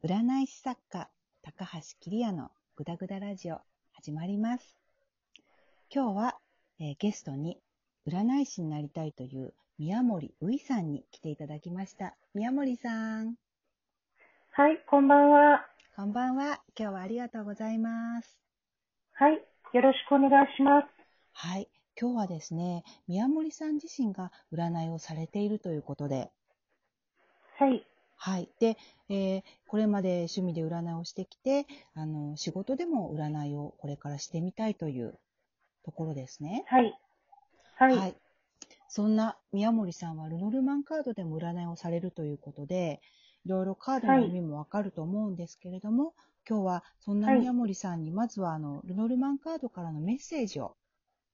占い師作家高橋桐也のグダグダラジオ始まります。今日は、ゲストに占い師になりたいという宮森ういさんに来ていただきました。宮森さん、 はい、こんばんは。 こんばんは。今日はありがとうございます。 はい、よろしくお願いします。 はい、今日はですね、宮森さん自身が占いをされているということで、 はい、 はい。で、これまで趣味で占いをしてきて、仕事でも占いをこれからしてみたいというところですね。 はい、はい、 はい。そんな宮森さんはルノルマンカードでも占いをされるということで、いろいろカードはい、 の意味もわかると思うんですけれども、今日はそんなはい、 宮森さんにまずはルノルマンカードからのメッセージを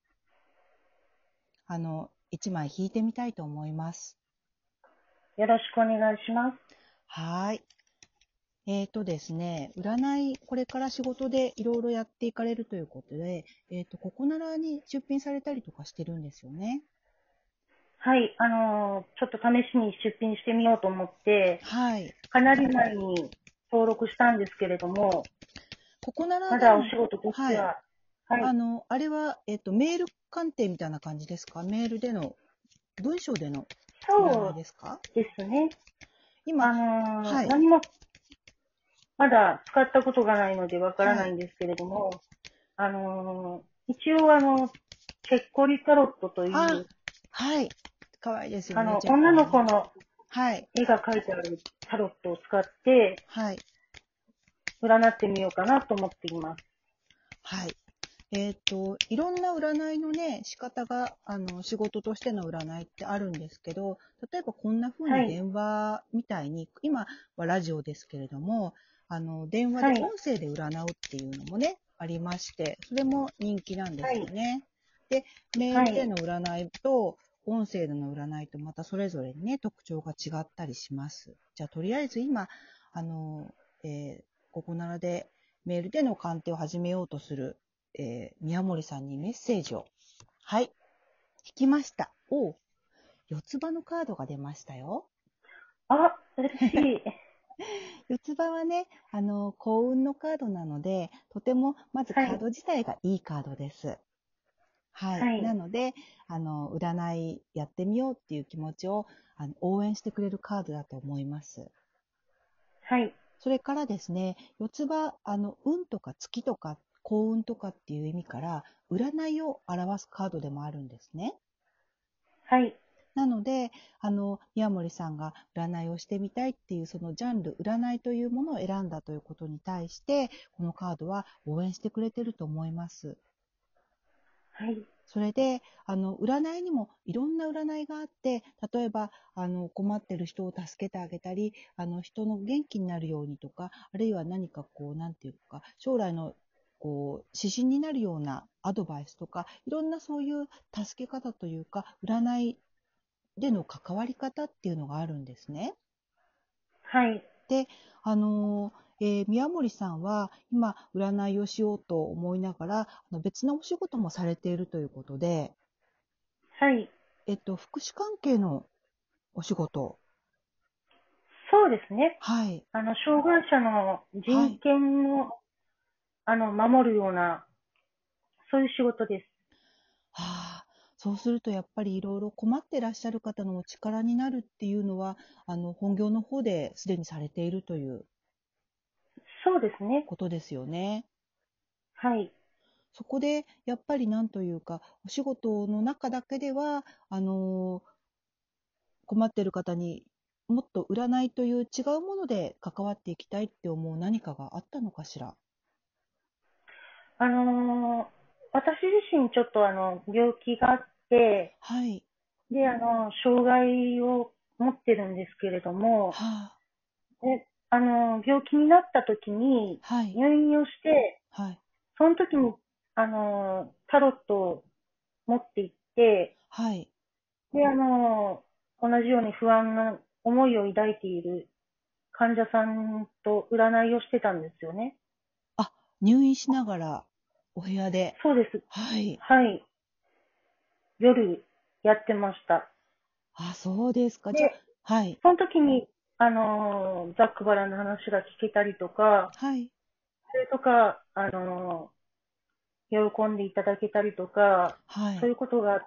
1枚引いてみたいと思います。 よろしくお願いします。 はい。ですね、占い、これから仕事でいろいろやっていかれるということで、ここならに出品されたりとかしてるんですよね。 はい、ちょっと試しに出品してみようと思って、 はい。 かなり前に登録したんですけれども、 ここならまでも、 だお仕事としはい。 ては、はい、 あれは、メール鑑定みたいな感じですか？メールでの、文章での占いそうですか？ ですね。 今、はい。 何もまだ使ったことがないのでわからはい。 ないんですけれども、一応チェッコリタロットといあ、 う、 はい。かわいいですよね、チェッコ女リね。 の子のはい。 絵が描いてあるタロットを使ってはい。 占ってみようかなと思っています。 はい。いろんな占いのね、仕方が、仕事としての占いってあるんですけど、例えばこんな風にはい、 電話みたいに、今はラジオですけれども、電話ではい、 音声で占うっていうのもね、ありまして、それも人気なんではい、 すよね。で、メーはい、 ルでの占いと、音声での占いとまたそれぞれにね、特徴が違ったりします。じゃあ、とりあえず今、あの、ここならでメールでの鑑定を始めようとする宮森さんにメッセージを。はい。引きました。四つ葉のカードが出ましたよ。 あ、嬉しい。 四つ葉はね、幸運のカードなので、とても、まずはい、 カード自体がいいカードです。はい。 はい、 なので、占いやってみようっていう気持ちを、応援してくれるカードだと思います。 はい、 それからですね、四つ葉、運とか月とか幸運とかっていう意味から、占いを表すカードでもあるんですね。 はい、 なので、宮森さんが占いをしてみたいっていうそのジャンル、占いというものを選んだということに対して、このカードは応援してくれてると思います。 はい、 それで、占いにもいろんな占いがあって、例えば、困ってる人を助けてあげたり、人の元気になるようにとか、あるいは何かこう、なんていうか、将来のこう指針になるようなアドバイスとか、いろんなそういう助け方というか、占いでの関わり方っていうのがあるんですね。 はい、 で、宮森さんは今占いをしようと思いながら別のお仕事もされているということで、 はい。 福祉関係のお仕事。 そうですね。 はい。 障害者の人はい。 権を、守るような、そういう仕事です。 はあ、そうするとやっぱりいろいろ困ってらっしゃる方のお力になるっていうのは、本業の方ですでにされているというそうですね。 ことですよね。 はい。 そこでやっぱりなんというか、お仕事の中だけでは、困っている方にもっと占いという違うもので関わっていきたいって思う何かがあったのかしら。 あのー私自身ちょっと病気があって、 はい。 で、障害を持ってるんですけれども、 はあ。 で、病気になった時にはい。 入院をして、 はい。 その時に、タロットを持って行って、 はい。 で、同じように不安な思いを抱いている患者さんと占いをしてたんですよね。 あ、入院しながらお部屋で。 そうです。 はい。 はい。夜やってました。 あ、そうですか。じゃあ、 で、 はい。 その時にざっくばらんの話が聞けたりとか、 はい。 それとか、喜んでいただけたりとか、 はい。 そういうことがあって、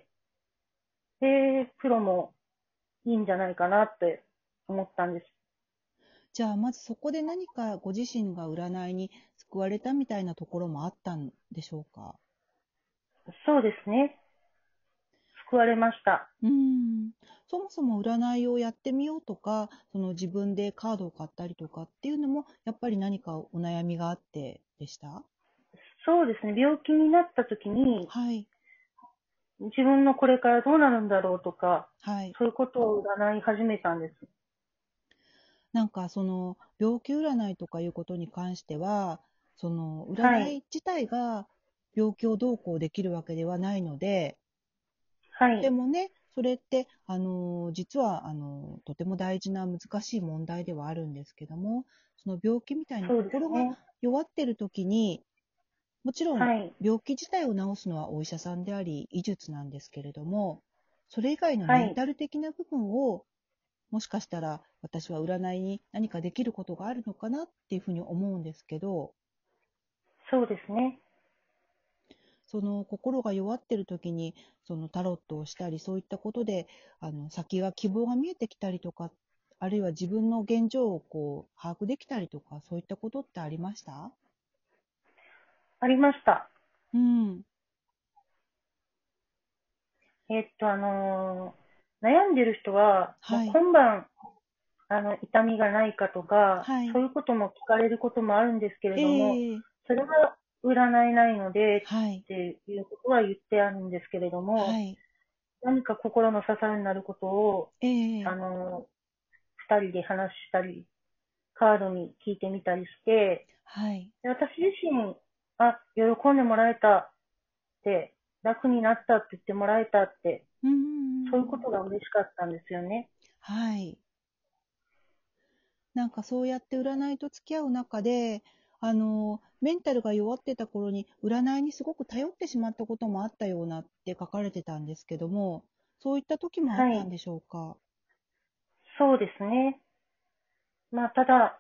で、プロもいいんじゃないかなって思ったんです。 じゃあ、まずそこで何かご自身が占いに救われたみたいなところもあったんでしょうか？ そうですね。救われました。 うーん。そもそも占いをやってみようとか、その自分でカードを買ったりとかっていうのも、やっぱり何かお悩みがあってでした？ そうですね。病気になった時に、 はい。 自分のこれからどうなるんだろうとか、 はい。 そういうことを占い始めたんです。 なんかその病気占いとかいうことに関しては、そのはい。 占い自体が病気をどうこうできるわけではないので、 はい。 でもね、それって、実は、とても大事な難しい問題ではあるんですけども、その病気みたいにそうです心がね。 弱ってる時に、もちろんはい。 病気自体を治すのはお医者さんであり、医術なんですけれども、それ以外のはい。 メンタル的な部分を、もしかしたら私は占いに何かできることがあるのかなっていうふうに思うんですけど、 そうですね。 その心が弱ってる時にそのタロットをしたりそういったことで先が希望が見えてきたりとか、あるいは自分の現状をこう把握できたりとか、そういったことってありました？ ありました。 うん。 えっと、悩んでる人は、もうはい。 今晩、痛みがないかとか、 はい。 そういうことも聞かれることもあるんですけれえども、 え。 それは占いないので、 はい。 っていうことは言ってあるんですけれども、 はい。 何か心の支えになることを、 えあえ。 の、二人で話したり、カードに聞いてみたりして、 はい。 で私自身、あ、喜んでもらえたって、楽になったって言ってもらえたって、 うんうんそういううん。 ことが嬉しかったんですよね。 はい。なんかそうやって占いと付き合う中で、メンタルが弱ってた頃に占いにすごく頼ってしまったこともあったようなって書かれてたんですけども、そういった時もあっはい。 たんでしょうか？ そうですね。まあ、ただ、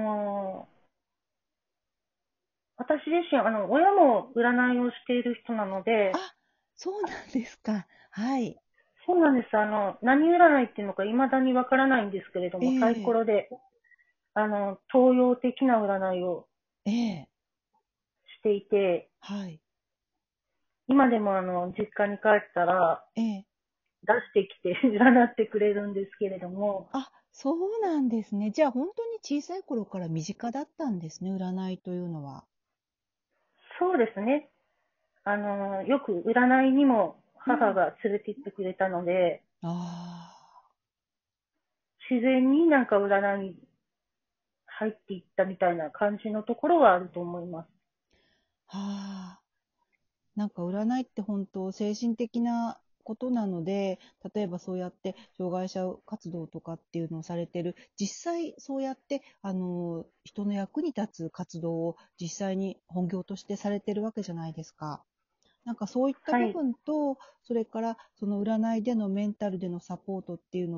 私自身、親も占いをしている人なので、 あ、そうなんですか。はい。 そうなんです。何占いっていうのか未だにわからないんですけれどえも、サイコえ、 ロで、東洋的な占いをええ、 していて、 はい。 今でも実家に帰ったらええ。 出してきて占ってくれるんですけれども、 あ、そうなんですね。じゃあ本当に小さい頃から身近だったんですね、占いというのは。 そうですね。よく占いにもうん。 母が連れて行ってくれたので、 あ自然になんか占いに入っていったみたいな感じのところはあると思います。 あ、はあ。なんか占いって本当精神的なことなので、例えばそうやって障害者活動とかっていうのをされてる、実際そうやって人の役に立つ活動を実際に本業としてされてるわけじゃないですか。なんかそういった部はい。 分と、それからその占いでのメンタルでのサポートっていうのって、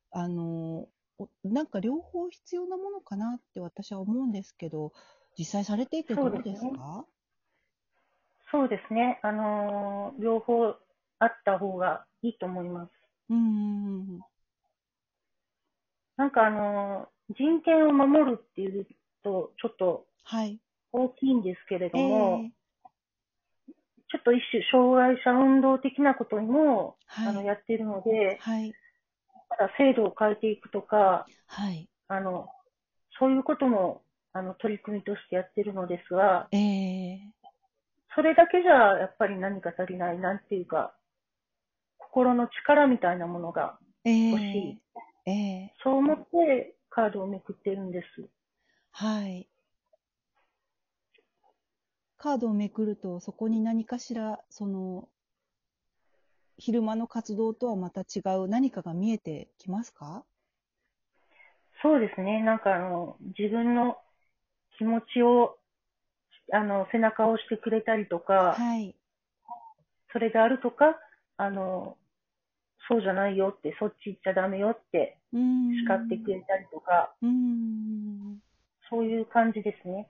なんか両方必要なものかなって私は思うんですけど、実際されていてそうどうですね。 ですか？ そうですね。両方あった方がいいと思います。 うんうんうん。 なんか人権を守るっていうと、ちょっとはい。 大きいんですけれども、 ええ、 ちょっと一種障害者運動的なことにも、 はい。 やっているので、 はい。 ただ制度を変えていくとか、 はい。 あの、そういうことも、取り組みとしてやってるのですが、 ええ、 それだけじゃ、やっぱり何か足りない、なんていうか、心の力みたいなものがえ欲しい。 え、ええ、 そう思ってカードをめくってるんです。 はい。カードをめくると、そこに何かしら、昼間の活動とはまた違う何かが見えてきますか？ そうですね。なんか自分の気持ちを、背中を押してくれたりとか、 はい。 それであるとか、あの、 そうじゃないよって、そっち行っちゃダメよってうーん。 叱ってくれたりとか、 うーん。 そういう感じですね。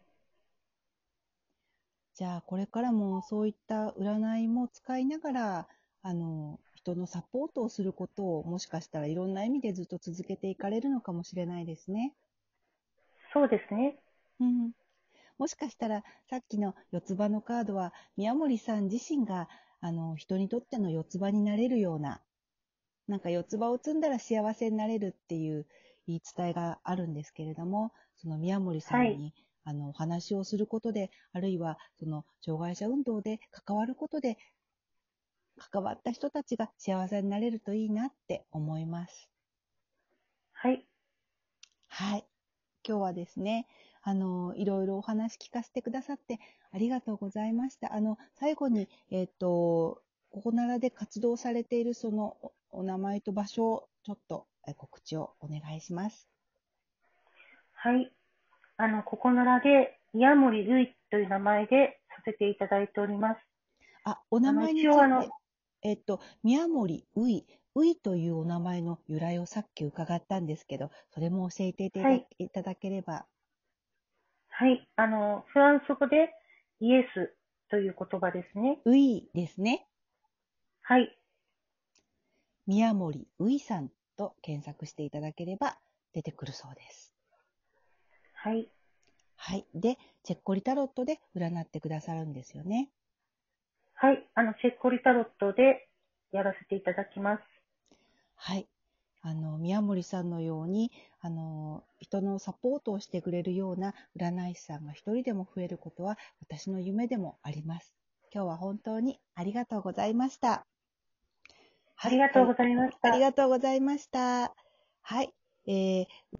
じゃあ、これからもそういった占いも使いながら、人のサポートをすることを、もしかしたらいろんな意味でずっと続けていかれるのかもしれないですね。 そうですね。 うん。もしかしたら、さっきの四つ葉のカードは、宮森さん自身が、人にとっての四つ葉になれるような、なんか四つ葉を摘んだら幸せになれるっていう言い伝えがあるんですけれども、その宮森さはい。 んにお話をすることで、あるいはその障害者運動で関わることで、関わった人たちが幸せになれるといいなって思います。 はい。 はい。今日はですね、いろいろお話聞かせてくださってありがとうございました。最後に、ここならで活動されているそのお名前と場所をちょっと告知をお願いします。 はい。ここならで、宮森るいという名前でさせていただいております。 あ、お名前に一応ついて、宮森うい、ういというお名前の由来をさっき伺ったんですけど、それも教えてはい。 いただければ。 はい。フランス語でイエスという言葉ですね。 ういですね。 はい。 宮森ういさんと検索していただければ出てくるそうです。 はい。 はい。で、チェッコリタロットで占ってくださるんですよね。 はい。チェッコリタロットでやらせていただきます。 はい。宮森さんのように、人のサポートをしてくれるような占い師さんが一人でも増えることは私の夢でもあります。今日は本当にありがとうございました。はい。 ありがとうございました。 ありがとうございました。はい。